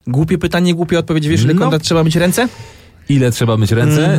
Głupie pytanie, głupie odpowiedź. Wiesz, ile Konrad trzeba mieć ręce? Ile trzeba myć ręce?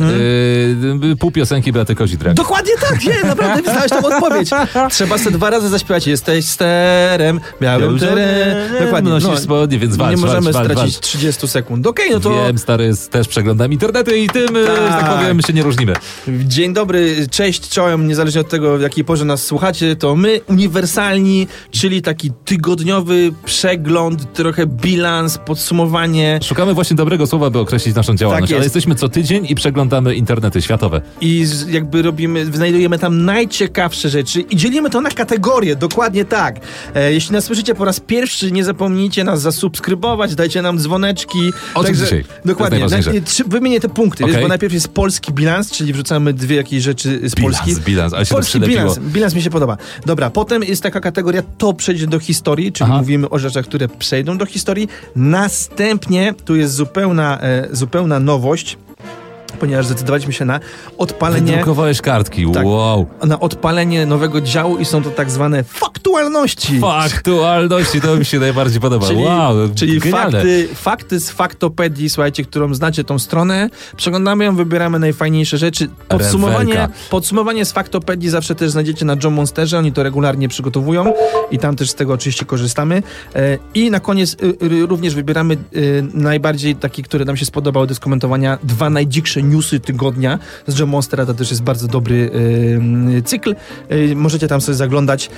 Pół piosenki Beaty Kozidrak. Dokładnie tak, nie, naprawdę znałeś tą odpowiedź. Trzeba sobie 2 razy zaśpiewać. Jesteś sterem, białym terenem. Dokładnie. Nosisz spodnie, więc walcz, nie możemy walcz, stracić walcz. 30 sekund. Okej, no to... Wiem, stary, też przeglądam internety i tym, że tak powiem, się nie różnimy. Dzień dobry, cześć, czołem, niezależnie od tego, w jakiej porze nas słuchacie, to my, uniwersalni, czyli taki tygodniowy przegląd, trochę bilans, podsumowanie. Szukamy właśnie dobrego słowa, by określić naszą działalność, Tak ale jesteśmy co tydzień i przeglądamy internety światowe. I jakby znajdujemy tam najciekawsze rzeczy i dzielimy to na kategorie, dokładnie tak. Jeśli nas słyszycie po raz pierwszy, nie zapomnijcie nas zasubskrybować, dajcie nam dzwoneczki. O czym dzisiaj? Dokładnie. Wymienię te punkty, Okay. wiesz, bo najpierw jest polski bilans, czyli wrzucamy 2 jakieś rzeczy z Polski. Bilans, ale się polski to przylepiło. bilans mi się podoba. Dobra, potem jest taka kategoria, to przejdzie do historii, czyli mówimy o rzeczach, które przejdą do historii. Następnie, tu jest zupełna nowość, ponieważ zdecydowaliśmy się na odpalenie... Wydrukowałeś kartki, tak, wow. Na odpalenie nowego działu i są to tak zwane faktualności. Faktualności, to mi się najbardziej podoba. Czyli genialne. fakty z Faktopedii, słuchajcie, którą znacie tą stronę. Przeglądamy ją, wybieramy najfajniejsze rzeczy. Podsumowanie z Faktopedii zawsze też znajdziecie na John Monsterze, oni to regularnie przygotowują i tam też z tego oczywiście korzystamy. I na koniec również wybieramy najbardziej taki, który nam się spodobał do skomentowania, 2 najdziksze newsy tygodnia z John Monstera, to też jest bardzo dobry cykl. Możecie tam sobie zaglądać.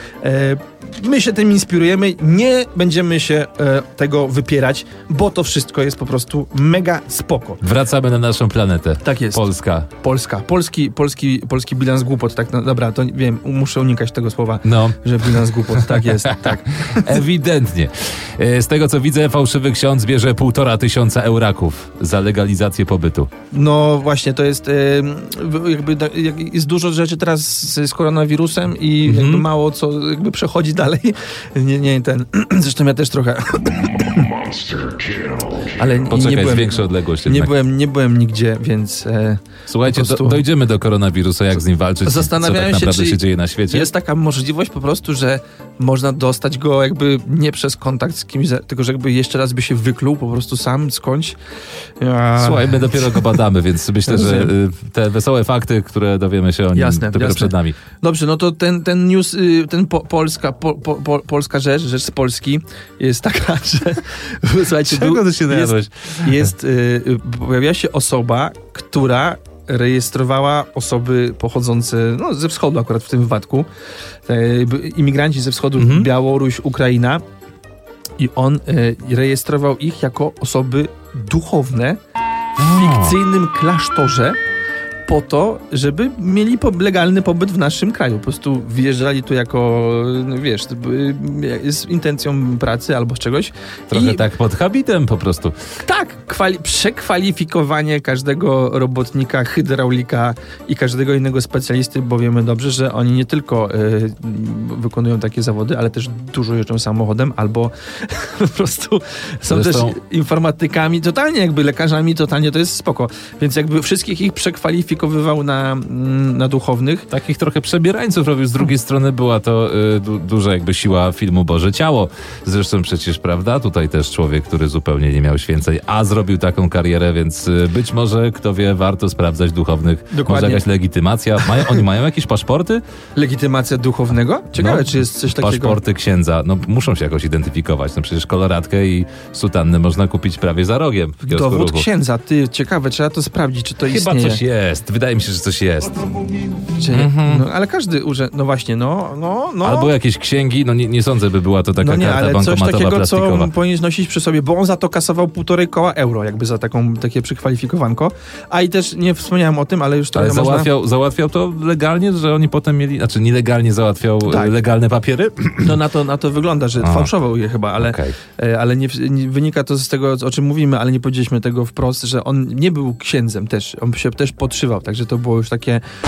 My się tym inspirujemy, nie będziemy się tego wypierać, bo to wszystko jest po prostu mega spoko. Wracamy na naszą planetę. Tak jest. Polska. Polski bilans głupot. Tak, no, dobra, to wiem, muszę unikać tego słowa, że bilans głupot. Tak jest, tak. Ewidentnie. Z tego co widzę, fałszywy ksiądz bierze 1500 euraków za legalizację pobytu. No właśnie, to jest jest dużo rzeczy teraz z koronawirusem i jakby mało co jakby przechodzi dalej. Zresztą ja też trochę... Ale poczekaj, zwiększę odległość. Nie byłem nigdzie, więc... Słuchajcie, dojdziemy do koronawirusa, jak z nim walczyć, Zastanawiałem co tak naprawdę się dzieje na świecie. Jest taka możliwość po prostu, że można dostać go jakby nie przez kontakt z kimś, tylko że jakby jeszcze raz by się wykluł po prostu sam skądś. Słuchaj, my dopiero go badamy, więc myślę, że te wesołe fakty, które dowiemy się o nim dopiero przed nami. Dobrze, no to ten news, polska rzecz z Polski jest taka, że słuchajcie, czego ty się najadłeś? Pojawiła się osoba, która rejestrowała osoby pochodzące ze wschodu akurat w tym wypadku. Imigranci ze wschodu, Białoruś, Ukraina. I on rejestrował ich jako osoby duchowne w fikcyjnym klasztorze po to, żeby mieli legalny pobyt w naszym kraju. Po prostu wjeżdżali tu jako, wiesz, z intencją pracy albo czegoś. Trochę tak pod habitem po prostu. Tak, przekwalifikowanie każdego robotnika, hydraulika i każdego innego specjalisty, bo wiemy dobrze, że oni nie tylko wykonują takie zawody, ale też dużo jeżdżą samochodem albo po prostu są też informatykami, totalnie jakby lekarzami, totalnie to jest spoko. Więc jakby wszystkich ich przekwalifikował na duchownych. Takich trochę przebierańców robił. Z drugiej strony była to duża jakby siła filmu Boże Ciało. Zresztą przecież, prawda, tutaj też człowiek, który zupełnie nie miał święceń, a zrobił taką karierę, więc być może, kto wie, warto sprawdzać duchownych. Dokładnie. Może jakaś legitymacja. Oni mają jakieś paszporty? Legitymacja duchownego? Ciekawe, czy jest coś takiego. Paszporty księdza. No muszą się jakoś identyfikować. No przecież koloratkę i sutannę można kupić prawie za rogiem w kiosku Dowód ruchu. księdza. Ciekawe, trzeba to sprawdzić, czy to Chyba istnieje. coś jest. Wydaje mi się, że coś jest. No, ale każdy urząd, no właśnie, no. Albo jakieś księgi, no nie sądzę, by była to taka karta ale coś bankomatowa takiego, plastikowa. co powinieneś nosić przy sobie, bo on za to kasował 1,5 koła euro, jakby za takie przykwalifikowanko. A i też nie wspomniałem o tym, ale już trochę załatwiał to legalnie, że oni potem mieli, znaczy nielegalnie załatwiał legalne papiery? No na to wygląda, że fałszował je chyba, ale nie wynika to z tego, o czym mówimy, ale nie powiedzieliśmy tego wprost, że on nie był księdzem też, on się też podszywał, także to było już takie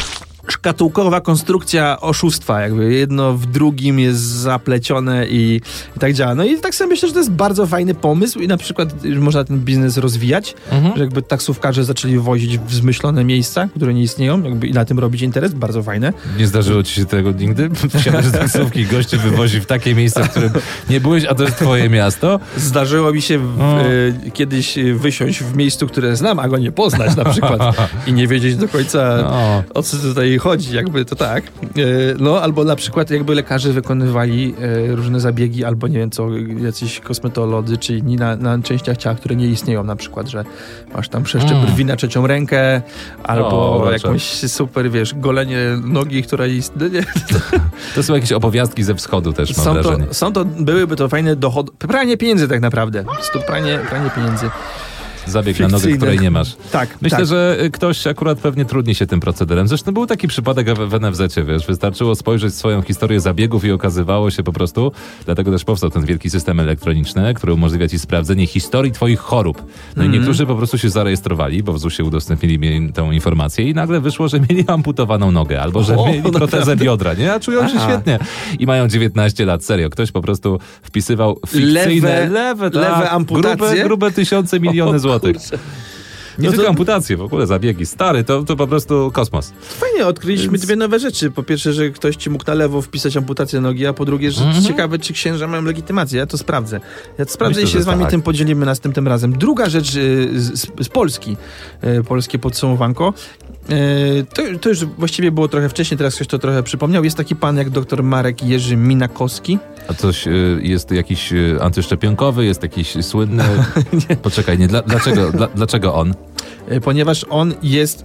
szkatułkowa konstrukcja oszustwa, jakby jedno w drugim jest zaplecione i tak działa. No i tak sobie myślę, że to jest bardzo fajny pomysł i na przykład można ten biznes rozwijać, że jakby taksówkarze zaczęli wozić w zmyślone miejsca, które nie istnieją, jakby i na tym robić interes, bardzo fajne. Nie zdarzyło ci się tego nigdy? Wsiadasz do taksówki i goście wywozi w takie miejsce, w którym nie byłeś, a to jest twoje miasto? Zdarzyło mi się kiedyś wysiąść w miejscu, które znam, a go nie poznać na przykład i nie wiedzieć do końca o co tutaj chodzi, jakby to tak. No, albo na przykład jakby lekarze wykonywali różne zabiegi, albo nie wiem co, jacyś kosmetolodzy, czy inni na częściach ciała, które nie istnieją, na przykład, że masz tam przeszczep brwi na trzecią rękę, albo jakąś super, wiesz, golenie nogi, która istnieje. To są jakieś opowiastki ze wschodu też, mam wrażenie. Byłyby to fajne dochody, pranie pieniędzy tak naprawdę. Pranie pieniędzy. Zabieg na nogę, której nie masz. Tak. Myślę, że ktoś akurat pewnie trudni się tym procederem. Zresztą był taki przypadek w NFZ-cie, wiesz, wystarczyło spojrzeć swoją historię zabiegów i okazywało się po prostu, dlatego też powstał ten wielki system elektroniczny, który umożliwia ci sprawdzenie historii twoich chorób. No i niektórzy po prostu się zarejestrowali, bo w ZUS-ie udostępnili mi tę informację i nagle wyszło, że mieli amputowaną nogę, albo że mieli protezę biodra, nie? A czują się świetnie. I mają 19 lat, serio. Ktoś po prostu wpisywał fikcyjne, lewe amputacje. Grube tysiące, miliony złotych. Nie tylko amputacje, w ogóle zabiegi. Stary, to po prostu kosmos. Fajnie, odkryliśmy dwie nowe rzeczy. Po pierwsze, że ktoś ci mógł na lewo wpisać amputację nogi, a po drugie, że ciekawe, czy księża mają legitymację. Ja to sprawdzę. I się z wami tym podzielimy następnym razem. Druga rzecz z Polski. Polskie podsumowanko. To już właściwie było trochę wcześniej, teraz ktoś to trochę przypomniał. Jest taki pan jak dr Marek Jerzy Minakowski. A coś jest jakiś antyszczepionkowy, jest jakiś słynny... Poczekaj, nie, dlaczego on? Ponieważ on jest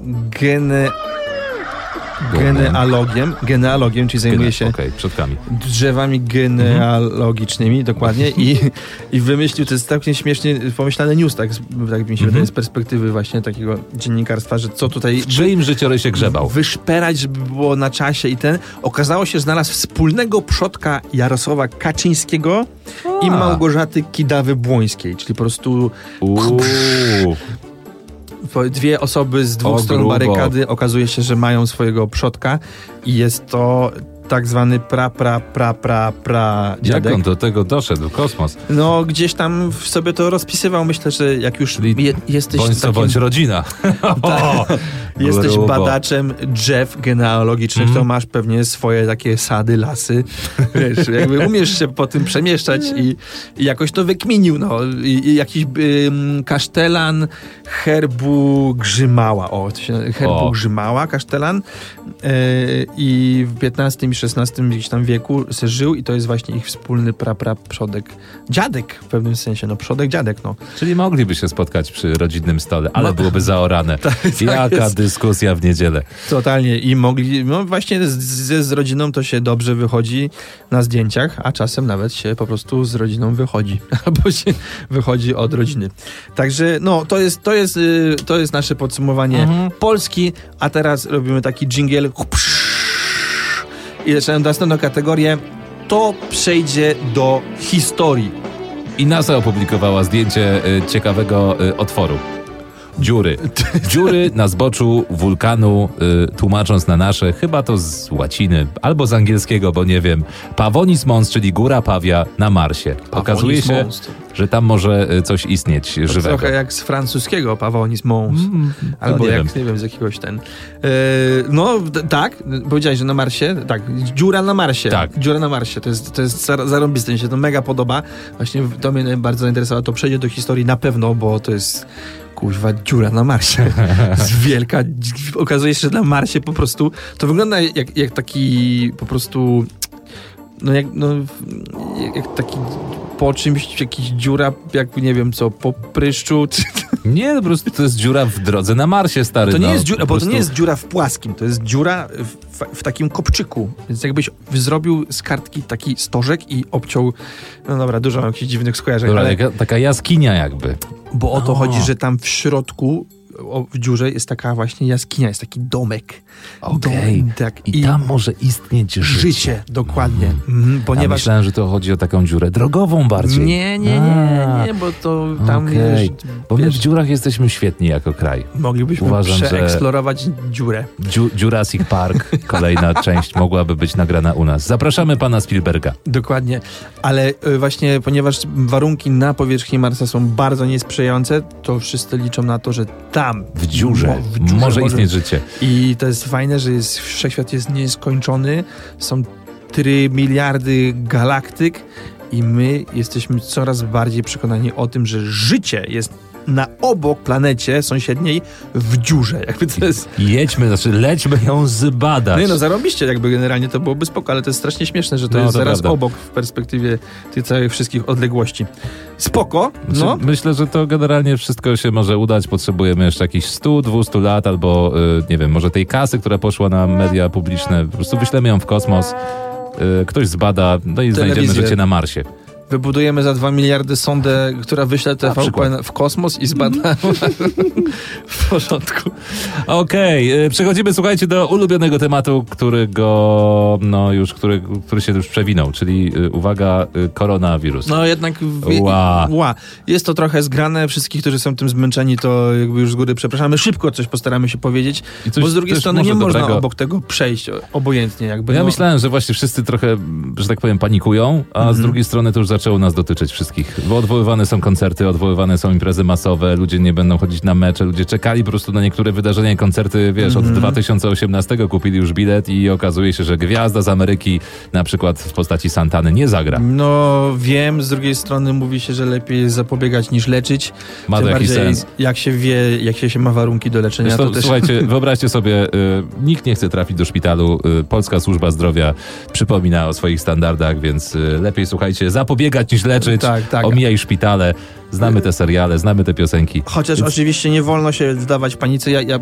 genealogiem, czyli zajmuje się przodkami. Drzewami genealogicznymi, dokładnie. I wymyślił, to jest całkiem śmiesznie pomyślany news, tak mi się wydaje, z perspektywy właśnie takiego dziennikarstwa, że co tutaj... W czyim życiorysie grzebał? Wyszperać, żeby było na czasie i okazało się, że znalazł wspólnego przodka Jarosława Kaczyńskiego i Małgorzaty Kidawy-Błońskiej, czyli po prostu... Dwie osoby z dwóch stron barykady okazuje się, że mają swojego przodka i jest to tak zwany dziadek. Jak on do tego doszedł? Kosmos. No, gdzieś tam sobie to rozpisywał. Myślę, że jak już jesteś bądź rodzina. Jesteś badaczem drzew genealogicznych, to masz pewnie swoje takie sady, lasy. Wiesz, jakby umiesz się po tym przemieszczać i jakoś to wykminił. No. I jakiś kasztelan herbu Grzymała. Herbu Grzymała, kasztelan. I w XV i XVI gdzieś tam wieku se żył i to jest właśnie ich wspólny przodek. Dziadek w pewnym sensie, przodek, dziadek, Czyli mogliby się spotkać przy rodzinnym stole, ale byłoby zaorane. Jaka dyskusja w niedzielę. Totalnie. I mogli, właśnie z rodziną to się dobrze wychodzi na zdjęciach, a czasem nawet się po prostu z rodziną wychodzi. Albo się wychodzi od rodziny. Także, to jest nasze podsumowanie Polski, a teraz robimy taki dżingiel i zaczynamy następną kategorię. To przejdzie do historii. I NASA opublikowała zdjęcie ciekawego otworu. Dziury na zboczu wulkanu, tłumacząc na nasze, chyba to z łaciny, albo z angielskiego, bo nie wiem. Pavonis Mons, czyli góra pawia na Marsie. Okazuje się, że tam może coś istnieć żywego. Trochę jak z francuskiego Pavonis Mons. Albo nie wiem, z jakiegoś tak, powiedziałeś, że na Marsie. Tak, dziura na Marsie. Tak. Dziura na Marsie. To jest zarąbiste, mi się to mega podoba. Właśnie to mnie bardzo zainteresowało. To przejdzie do historii na pewno, bo to jest... Kuźwa, dziura na Marsie. Jest wielka. Okazuje się, że na Marsie po prostu to wygląda jak taki po prostu jak taki po czymś, jakiś dziura, jak nie wiem co, po pryszczu. Nie, po prostu to jest dziura w drodze na Marsie, stary. To nie jest dziura, bo to nie jest dziura w płaskim, to jest dziura w takim kopczyku. Więc jakbyś zrobił z kartki taki stożek i obciął, no dobra, dużo jakichś dziwnych skojarzeń. Dobra, ale taka jaskinia jakby. Bo o to chodzi, że tam w środku w dziurze jest taka właśnie jaskinia, jest taki domek. Okej. Tak. I tam może istnieć życie. Dokładnie. Ponieważ... Ja myślałem, że to chodzi o taką dziurę drogową bardziej. Nie, bo to tam... Bo my w dziurach jesteśmy świetni jako kraj. Moglibyśmy przeeksplorować dziurę. Jurassic Park, kolejna część mogłaby być nagrana u nas. Zapraszamy pana Spielberga. Dokładnie, ale właśnie ponieważ warunki na powierzchni Marsa są bardzo niesprzyjające, to wszyscy liczą na to, że tam w dziurze może istnieć życie. I to jest fajne, że wszechświat jest nieskończony, są 3 miliardy galaktyk i my jesteśmy coraz bardziej przekonani o tym, że życie jest na obok planecie sąsiedniej w dziurze. Jakby to jest... lećmy ją zbadać. Zarobiście jakby generalnie to byłoby spoko, ale to jest strasznie śmieszne, że to jest zaraz obok w perspektywie tych całych wszystkich odległości. Spoko, Myślę, że to generalnie wszystko się może udać. Potrzebujemy jeszcze jakichś 100-200 lat albo, nie wiem, może tej kasy, która poszła na media publiczne. Po prostu wyślemy ją w kosmos, ktoś zbada, i znajdziemy życie na Marsie. Wybudujemy za 2 miliardy sondę, która wyśle TVP w kosmos i zbada w porządku. Okej, przechodzimy, słuchajcie, do ulubionego tematu, który się już przewinął, czyli uwaga, koronawirus. Jednak jest to trochę zgrane. Wszystkich, którzy są tym zmęczeni, to jakby już z góry przepraszamy. Szybko coś postaramy się powiedzieć, bo z drugiej strony nie można obok tego przejść obojętnie. Ja myślałem, że właśnie wszyscy trochę, że tak powiem, panikują, a z drugiej strony to już zaczęło nas dotyczyć wszystkich, bo odwoływane są koncerty, odwoływane są imprezy masowe, ludzie nie będą chodzić na mecze, ludzie czekali po prostu na niektóre wydarzenia i koncerty, od 2018 kupili już bilet i okazuje się, że gwiazda z Ameryki, na przykład w postaci Santany, nie zagra. Wiem, z drugiej strony mówi się, że lepiej jest zapobiegać niż leczyć. Ma to jakiś sens. Jak się wie, jak się ma warunki do leczenia. Zresztą, to słuchajcie, wyobraźcie sobie, nikt nie chce trafić do szpitalu, Polska Służba Zdrowia przypomina o swoich standardach, więc lepiej, słuchajcie, zapobiegać niż leczyć, omijaj szpitale, znamy te seriale, znamy te piosenki. Chociaż oczywiście nie wolno się wdawać panice. Ja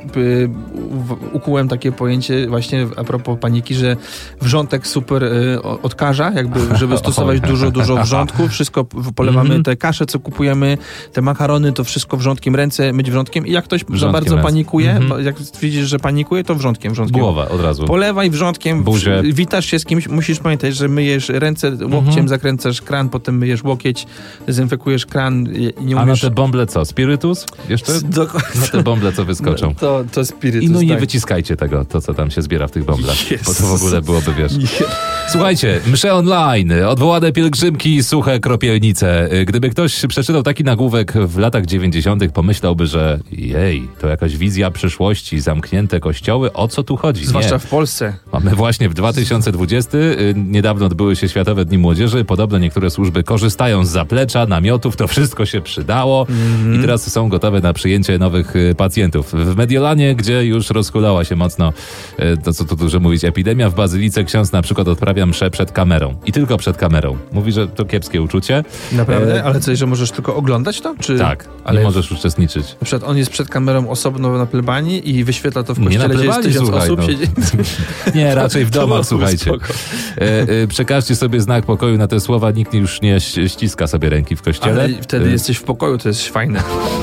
ukułem takie pojęcie właśnie a propos paniki, że wrzątek super odkaża, jakby, żeby stosować dużo wrzątku. Wszystko polewamy, te kasze, co kupujemy, te makarony, to wszystko wrzątkiem, ręce myć wrzątkiem i jak ktoś za bardzo panikuje, jak widzisz, że panikuje, to wrzątkiem. Głowa od razu. Polewaj wrzątkiem, buzię. Witasz się z kimś, musisz pamiętać, że myjesz ręce łokciem, zakręcasz kran, potem myjesz łokieć, dezynfekujesz kran. A na te bąble co? Spirytus? Jeszcze? Na te bąble co wyskoczą. To spirytus, I nie wyciskajcie tego, co tam się zbiera w tych bąblach, bo to w ogóle byłoby, Słuchajcie, msze online, odwołane pielgrzymki, suche kropielnice. Gdyby ktoś przeczytał taki nagłówek w latach 90., pomyślałby, że to jakaś wizja przyszłości, zamknięte kościoły, o co tu chodzi? Zwłaszcza w Polsce. Mamy właśnie w 2020, niedawno odbyły się Światowe Dni Młodzieży, podobno niektóre służby korzystają z zaplecza, namiotów, to wszystko się przydało i teraz są gotowe na przyjęcie nowych pacjentów. W Mediolanie, gdzie już rozhulała się mocno, to co tu dużo mówić, epidemia, w Bazylice ksiądz na przykład odprawia mszę przed kamerą. I tylko przed kamerą. Mówi, że to kiepskie uczucie. Naprawdę? Ale coś, że możesz tylko oglądać to? Czy... Tak, ale nie możesz uczestniczyć. Na przykład on jest przed kamerą osobno na plebanii i wyświetla to w kościele, gdzie jest 1000 osób siedzi. Nie, raczej w domach, słuchajcie. Przekażcie sobie znak pokoju na te słowa, nikt już nie ściska sobie ręki w kościele. Ale wtedy jesteś w pokoju, to jest fajne.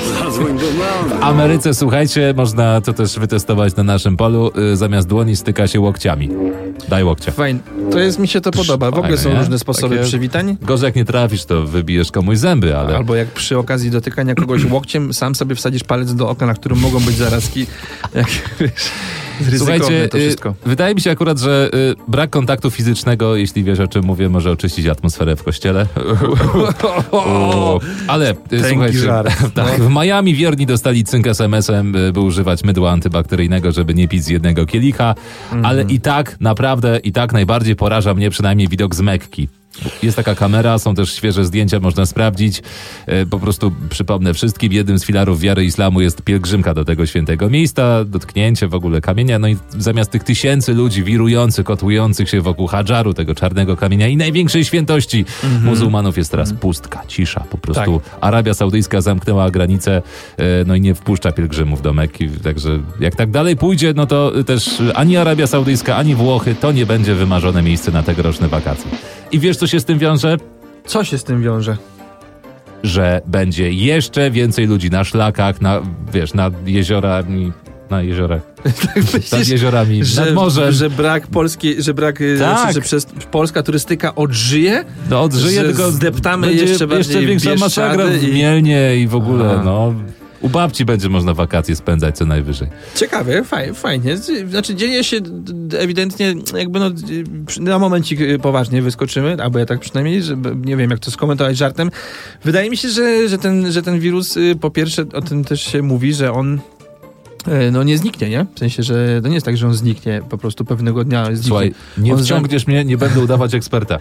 W Ameryce, słuchajcie, można to też wytestować na naszym polu, zamiast dłoni styka się łokciami. Daj łokcia. Fajne. Mi się to podoba. W ogóle są różne sposoby przywitań. Gorzej jak nie trafisz, to wybijesz komuś zęby, ale... Albo jak przy okazji dotykania kogoś łokciem, sam sobie wsadzisz palec do oka, na którym mogą być zarazki. Słuchajcie, to wszystko. Wydaje mi się akurat, że brak kontaktu fizycznego, jeśli wiesz o czym mówię, może oczyścić atmosferę w kościele. Ale słuchajcie, w Miami wierni dostali cynk SMS-em, by używać mydła antybakteryjnego, żeby nie pić z jednego kielicha, ale i tak naprawdę, i tak najbardziej poraża mnie przynajmniej widok z Mekki. Jest taka kamera, są też świeże zdjęcia, można sprawdzić. Po prostu przypomnę wszystkim, jednym z filarów wiary islamu jest pielgrzymka do tego świętego miejsca, dotknięcie w ogóle kamienia, no i zamiast tych tysięcy ludzi wirujących, kotłujących się wokół Hadżaru, tego czarnego kamienia i największej świętości muzułmanów jest teraz pustka, cisza, po prostu Arabia Saudyjska zamknęła granicę, no i nie wpuszcza pielgrzymów do Mekki, także jak tak dalej pójdzie, no to też ani Arabia Saudyjska, ani Włochy to nie będzie wymarzone miejsce na tegoroczne wakacje. I wiesz, co się z tym wiąże? Co się z tym wiąże? że będzie jeszcze więcej ludzi na szlakach, nad jeziorami, nad jeziorami, nad morzem. Że brak że przez Polska turystyka odżyje? No odżyje, tylko zdeptamy jeszcze większa masakra w Mielnie i w ogóle, U babci będzie można wakacje spędzać co najwyżej. Ciekawe, fajnie. Znaczy dzieje się ewidentnie na momencik poważnie wyskoczymy, albo ja tak przynajmniej, że nie wiem jak to skomentować żartem. Wydaje mi się, że ten wirus, po pierwsze o tym też się mówi, że on nie zniknie, nie? W sensie, że to nie jest tak, że on zniknie po prostu pewnego dnia. Słuchaj, nie wciągniesz mnie, nie będę udawać eksperta.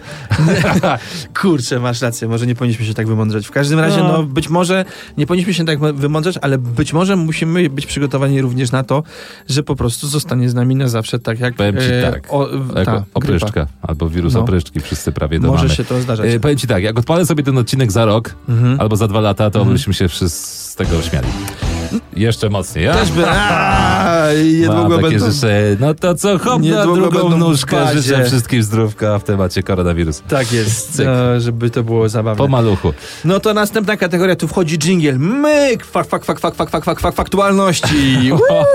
Kurczę, masz rację, może nie powinniśmy się tak wymądrzeć. W każdym razie, być może nie powinniśmy się tak wymądrzeć, ale być może musimy być przygotowani również na to, że po prostu zostanie z nami na zawsze, tak jak powiem ci opryszczka, albo wirus opryszczki, wszyscy prawie może się to zdarzać. Powiem ci tak, jak odpalę sobie ten odcinek za rok, albo za 2 lata, to byśmy się wszyscy z tego śmiali. Jeszcze mocniej, ja? Też by... Niedługo takie będą... życzę, no to co, hop na drugą nóżkę, życzę wszystkim zdrówka w temacie koronawirusa. Tak jest, żeby to było zabawne. Po maluchu. No to następna kategoria, tu wchodzi dżingiel. Myk! Faktualności.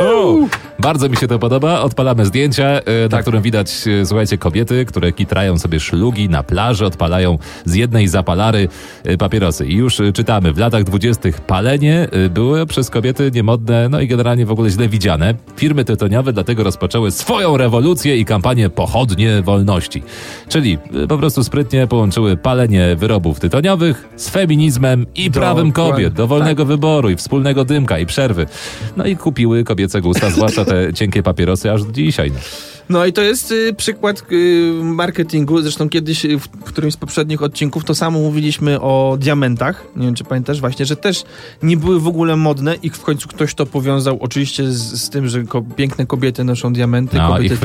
Bardzo mi się to podoba. Odpalamy zdjęcia, na którym widać, słuchajcie, kobiety, które kitrają sobie szlugi na plaży, odpalają z jednej zapalary papierosy. I już czytamy, w latach 20. palenie było przez kobiety niemodne, no i generalnie w ogóle źle widziane. Firmy tytoniowe dlatego rozpoczęły swoją rewolucję i kampanię Pochodnie Wolności. Czyli po prostu sprytnie połączyły palenie wyrobów tytoniowych z feminizmem i prawem kobiet do wolnego wyboru i wspólnego dymka i przerwy. No i kupiły kobiece gusta, zwłaszcza te cienkie papierosy aż do dzisiaj. No i to jest przykład marketingu. Zresztą kiedyś w którymś z poprzednich odcinków to samo mówiliśmy o diamentach. Nie wiem, czy pamiętasz właśnie, że też nie były w ogóle modne i w końcu ktoś to powiązał oczywiście z tym, że piękne kobiety noszą diamenty.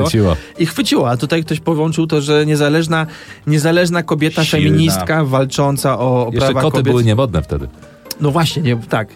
I chwyciło. A tutaj ktoś połączył to, że niezależna kobieta, silna, feministka walcząca o prawa kobiet. Koty były niemodne wtedy. No właśnie, tak.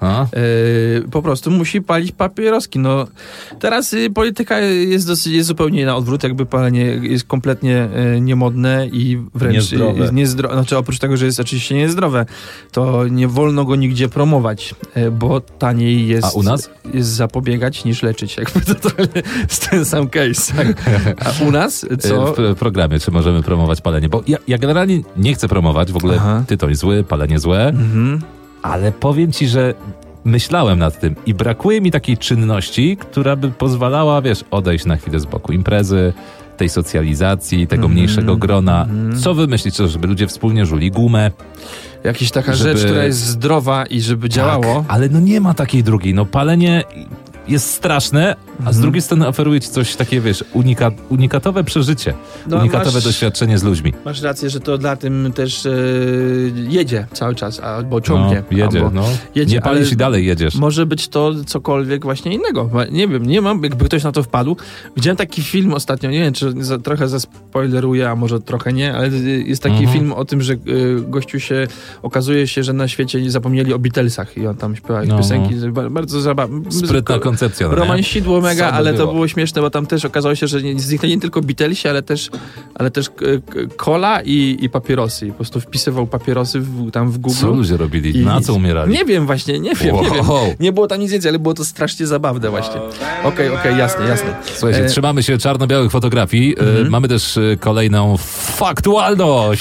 Po prostu musi palić papieroski. No, teraz polityka jest zupełnie na odwrót, jakby palenie jest kompletnie niemodne i wręcz jest niezdrowe. Znaczy oprócz tego, że jest oczywiście niezdrowe, to nie wolno go nigdzie promować, bo taniej jest, jest zapobiegać niż leczyć. Jakby to jest ten sam case. Tak? A u nas co? W programie, czy możemy promować palenie? Bo ja generalnie nie chcę promować w ogóle tytoń zły, palenie złe. Ale powiem ci, że myślałem nad tym i brakuje mi takiej czynności, która by pozwalała, odejść na chwilę z boku imprezy, tej socjalizacji, tego mniejszego grona. Co wymyślić, żeby ludzie wspólnie żuli gumę? Jakaś taka rzecz, która jest zdrowa i żeby działało. Tak, ale nie ma takiej drugiej. Palenie jest straszne, a z drugiej strony oferuje ci coś takie, unikatowe przeżycie. Unikatowe doświadczenie z ludźmi. Masz rację, że to dla tym też jedzie cały czas, albo ciągnie. Jedzie. Nie palisz i dalej jedziesz. Może być to cokolwiek właśnie innego. Nie wiem, nie mam, jakby ktoś na to wpadł. Widziałem taki film ostatnio, nie wiem, czy trochę zaspoileruję, a może trochę nie, ale jest taki film o tym, że gościu okazuje się, że na świecie zapomnieli o Beatlesach i on tam śpiewa ich piosenki. Bardzo zabawne. Sprytna koncepcja. Romansidło mega, ale to było śmieszne, bo tam też okazało się, że zniknęli nie tylko Beatlesi, ale też cola i papierosy. I po prostu wpisywał papierosy tam w Google. Co ludzie robili? Na co umierali? Nie wiem właśnie, nie wiem. Nie było tam nic więcej, ale było to strasznie zabawne właśnie. Okej, jasne. Słuchajcie, trzymamy się czarno-białych fotografii. Mamy też kolejną faktualność.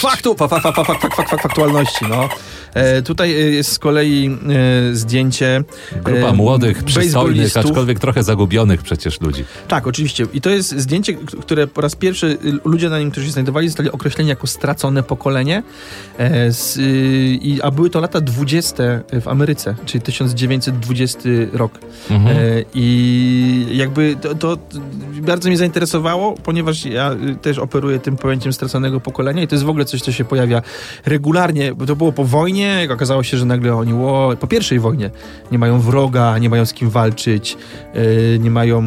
Faktualności, no. Tutaj jest z kolei zdjęcie grupa młodych, przystojnych, aczkolwiek trochę zagubionych przecież ludzi. Tak, oczywiście. I to jest zdjęcie, które po raz pierwszy ludzie na nim, którzy się znajdowali, zostali określeni jako stracone pokolenie. A były to lata 20 w Ameryce, czyli 1920 rok. I jakby to bardzo mnie zainteresowało, ponieważ ja też operuję tym pojęciem straconego pokolenia i to jest w ogóle coś, co się pojawia regularnie, bo to było po wojnie, jak okazało się, że nagle oni po pierwszej wojnie nie mają wroga, nie mają z kim walczyć, nie mają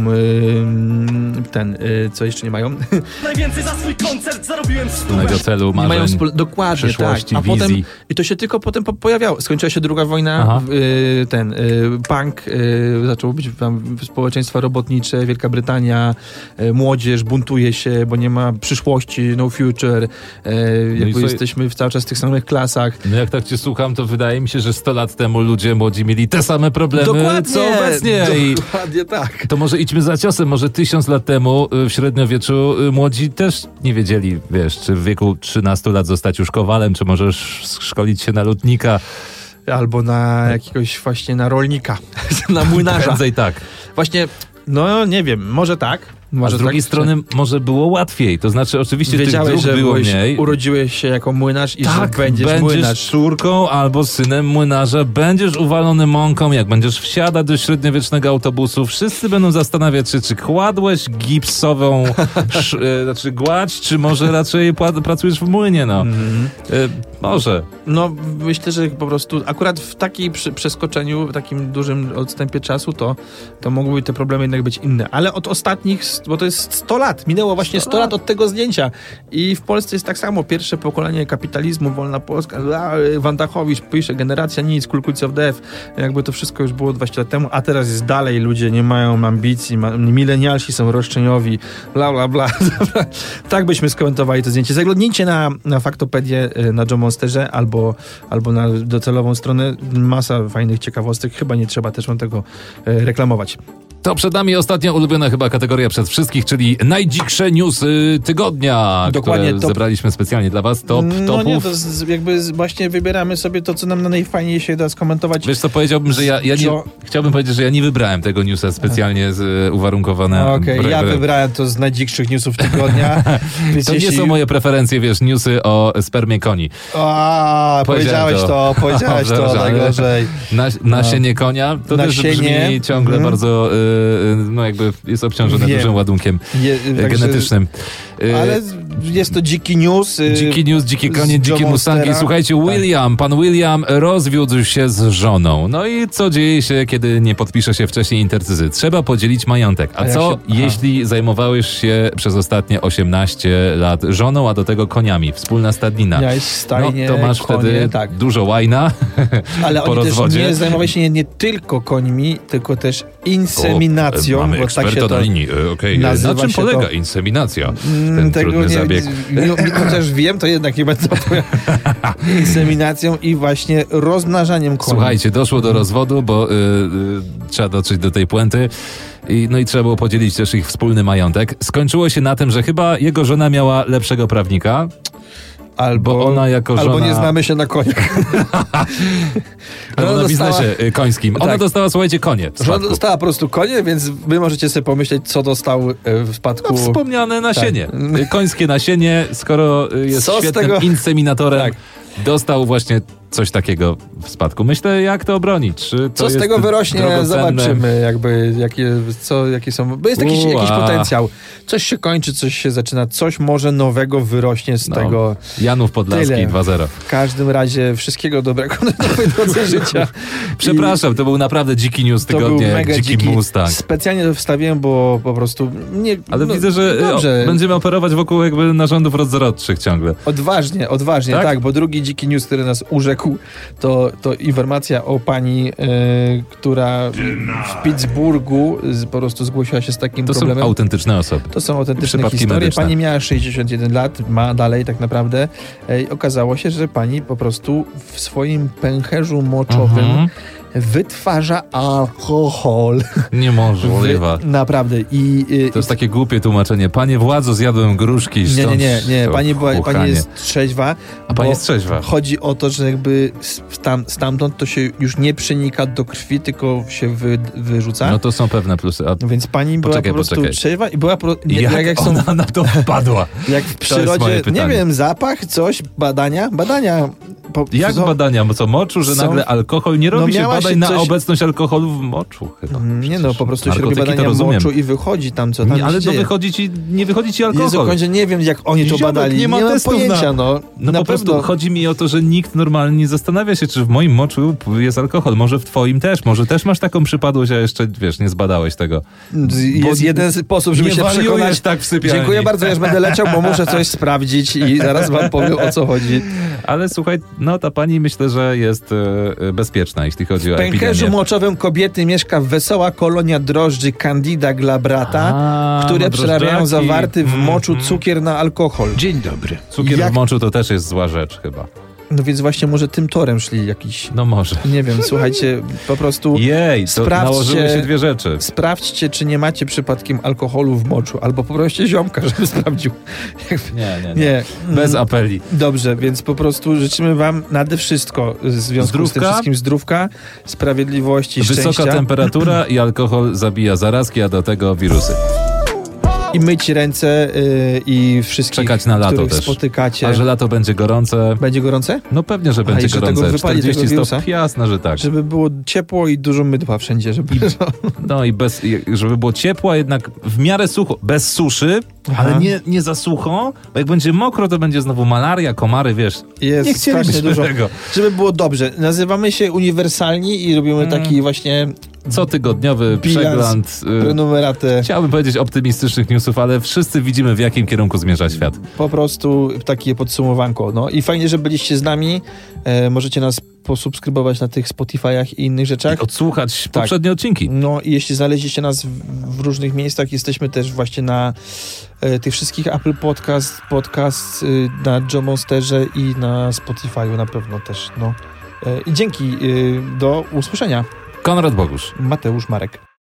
co jeszcze nie mają? Najwięcej za swój koncert zarobiłem wspólnego celu, marzeń, nie mają dokładnie, przyszłości, tak. A wizji. potem, i to się tylko potem pojawiało. Skończyła się II wojna, punk, zaczęło być tam społeczeństwa robotnicze, Wielka Brytania, młodzież buntuje się, bo nie ma przyszłości, no future, jesteśmy cały czas w tych samych klasach. No jak tak cię słucham, to wydaje mi się, że 100 lat temu ludzie młodzi mieli te same problemy, Dokładnie, co obecnie. Dokładnie tak. To może idźmy za ciosem, może 1000 lat temu w średniowieczu młodzi też nie wiedzieli, wiesz, czy w wieku 13 lat zostać już kowalem, czy możesz szkolić się na lutnika. Albo na jakiegoś właśnie na rolnika, na młynarza. Prędzej tak. Właśnie, no nie wiem, może tak. A z drugiej strony może było łatwiej. To znaczy oczywiście wiedziałeś, tych dróg że było mniej. urodziłeś się jako młynarz i Tak, że będziesz młynarz. córką albo synem młynarza, będziesz uwalony mąką, jak będziesz wsiadać do średniowiecznego autobusu, wszyscy będą zastanawiać się, czy kładłeś gipsową znaczy gładź, czy może raczej pracujesz w młynie, no. Może. No, myślę, że po prostu akurat w takiej przeskoczeniu, w takim dużym odstępie czasu, to mogłyby te problemy jednak być inne. Ale od ostatnich, bo to jest 100 lat, minęło właśnie 100 lat od tego zdjęcia. I w Polsce jest tak samo. Pierwsze pokolenie kapitalizmu, wolna Polska, Wandachowicz pisze, generacja nic, Cool Kids of Death. Jakby to wszystko już było 20 lat temu, a teraz jest dalej, ludzie nie mają ambicji, milenialsi są roszczeniowi, bla, bla, bla. Tak byśmy skomentowali to zdjęcie. Zaglądnijcie na Faktopedię, na John Monsterze, albo na docelową stronę. Masa fajnych ciekawostek. Chyba nie trzeba też wam tego reklamować. To przed nami ostatnia ulubiona chyba kategoria przez wszystkich, czyli najdziksze newsy tygodnia, Dokładnie, które zebraliśmy specjalnie dla was. Topów. No nie, to jakby właśnie wybieramy sobie to, co nam najfajniej się da skomentować. Wiesz co, powiedziałbym, że ja nie... Chciałbym powiedzieć, że ja nie wybrałem tego newsa specjalnie uwarunkowane. Okej, ja wybrałem to z najdzikszych newsów tygodnia. To nie są moje preferencje, wiesz, newsy o spermie koni. Powiedziałeś to najgorzej. Nasienie konia, to też brzmi ciągle bardzo... no jakby jest obciążone dużym ładunkiem genetycznym. Ale jest to dziki news. Dziki news, dzikie konie, dzikie mustangi. Słuchajcie, pan William rozwiódł się z żoną. No i co dzieje się, kiedy nie podpisze się wcześniej intercyzy? Trzeba podzielić majątek. A co jeśli zajmowałeś się przez ostatnie 18 lat żoną, a do tego koniami? Wspólna stadnina. Miałeś stajnie, no to masz konie, wtedy dużo łajna. Ale po oni rozwodzie. też nie zajmowali się nie tylko końmi, tylko też inseminacją. Mamy eksperta tak się na linii. Na czym polega inseminacja? Ten trudny zabieg. Chociaż wiem, to jednak nie będę inseminacją i właśnie rozmnażaniem koni. Słuchajcie, doszło do rozwodu, bo trzeba dotrzeć do tej puenty. No i trzeba było podzielić też ich wspólny majątek. Skończyło się na tym, że chyba jego żona miała lepszego prawnika. Albo ona jako żona... Albo nie znamy się na koniach. Albo na biznesie końskim. Ona dostała, słuchajcie, konie. Żona dostała po prostu konie, więc wy możecie sobie pomyśleć, co dostał w spadku. No, wspomniane nasienie. Tak. Końskie nasienie, skoro jest świetnym inseminatorem, dostał właśnie coś takiego w spadku. Myślę, jak to obronić. Czy to co z tego wyrośnie, zobaczymy, jakby jakie są... Bo jest jakiś potencjał. Coś się kończy, coś się zaczyna, coś może nowego wyrośnie z tego. Janów Podlaski 2-0. W każdym razie wszystkiego dobrego na nowej drodze życia. Przepraszam, to był naprawdę dziki news tygodnia, jak dziki Mustang. Specjalnie to wstawiłem, bo po prostu nie... Ale widzę, że będziemy operować wokół jakby narządów rozrodczych ciągle. Odważnie, tak, bo drugi dziki news, który nas urzekł, to informacja o pani, która w Pittsburghu po prostu zgłosiła się z takim problemem. To są autentyczne osoby. To są autentyczne historie. Medyczne. Pani miała 61 lat, ma dalej tak naprawdę. Okazało się, że pani po prostu w swoim pęcherzu moczowym wytwarza alkohol. Niemożliwe. Naprawdę. To jest takie głupie tłumaczenie. Panie władzo, zjadłem gruszki. Nie. Pani jest trzeźwa. A pani jest trzeźwa. Chodzi o to, że jakby stamtąd to się już nie przenika do krwi, tylko się wyrzuca. No to są pewne plusy. Więc pani była po prostu trzeźwa i była... Jak ona na to wpadła? Jak w przyrodzie, nie wiem, zapach, coś, badania. Jak badania? Co, moczu, że nagle alkohol nie robi się badań na obecność alkoholu w moczu chyba. Nie po prostu się robi badania moczu i wychodzi tam, co tam ale nie wychodzi ci alkohol. Jezu, nie wiem, jak oni to badali. Nie mam pojęcia, na prostu chodzi mi o to, że nikt normalnie nie zastanawia się, czy w moim moczu jest alkohol. Może w twoim też. Może też masz taką przypadłość, a jeszcze, nie zbadałeś tego. Jest jeden sposób, żeby się przekonać. Tak w sypialni. Dziękuję bardzo, ja już będę leciał, bo muszę coś sprawdzić i zaraz wam powiem, o co chodzi. Ale słuchaj, ta pani myślę, że jest bezpieczna, jeśli chodzi o epidemię. W pęcherzu moczowym kobiety mieszka wesoła kolonia drożdży Candida glabrata, które przerabiają zawarty w moczu cukier na alkohol. Dzień dobry. Cukier w moczu to też jest zła rzecz chyba. No więc właśnie może tym torem szli jakiś... No może. Nie wiem, słuchajcie, po prostu... Jej, to nałożyły się dwie rzeczy. Sprawdźcie, czy nie macie przypadkiem alkoholu w moczu, albo poproście ziomka, żeby sprawdził. Nie. Bez apeli. Dobrze, więc po prostu życzymy wam nade wszystko w związku z tym wszystkim zdrówka, sprawiedliwości, wysoka szczęścia. Temperatura i alkohol zabija zarazki, a do tego wirusy. I myć ręce i wszystkich, czekać na lato których też. spotykacie. A że lato będzie gorące? Będzie gorące? No pewnie, że będzie gorące. 40 stopni, jasne, że tak. Żeby było ciepło i dużo mydła wszędzie. No i żeby było ciepło, a jednak w miarę sucho. Bez suszy, ale nie za sucho, bo jak będzie mokro, to będzie znowu malaria, komary, wiesz. Jest strasznie dużo. Tego. Żeby było dobrze. Nazywamy się Uniwersalni i robimy taki właśnie... cotygodniowy przegląd. Prenumeratę. Chciałbym powiedzieć optymistycznych newsów, ale wszyscy widzimy, w jakim kierunku zmierza świat. Po prostu takie podsumowanko. No i fajnie, że byliście z nami. Możecie nas posubskrybować na tych Spotify'ach i innych rzeczach. I odsłuchać poprzednie odcinki. No i jeśli znaleźliście nas w różnych miejscach, jesteśmy też właśnie na tych wszystkich Apple Podcast, na Joe Monsterze i na Spotify'u na pewno też. No. I dzięki. Do usłyszenia. Konrad Bogusz. Mateusz Marek.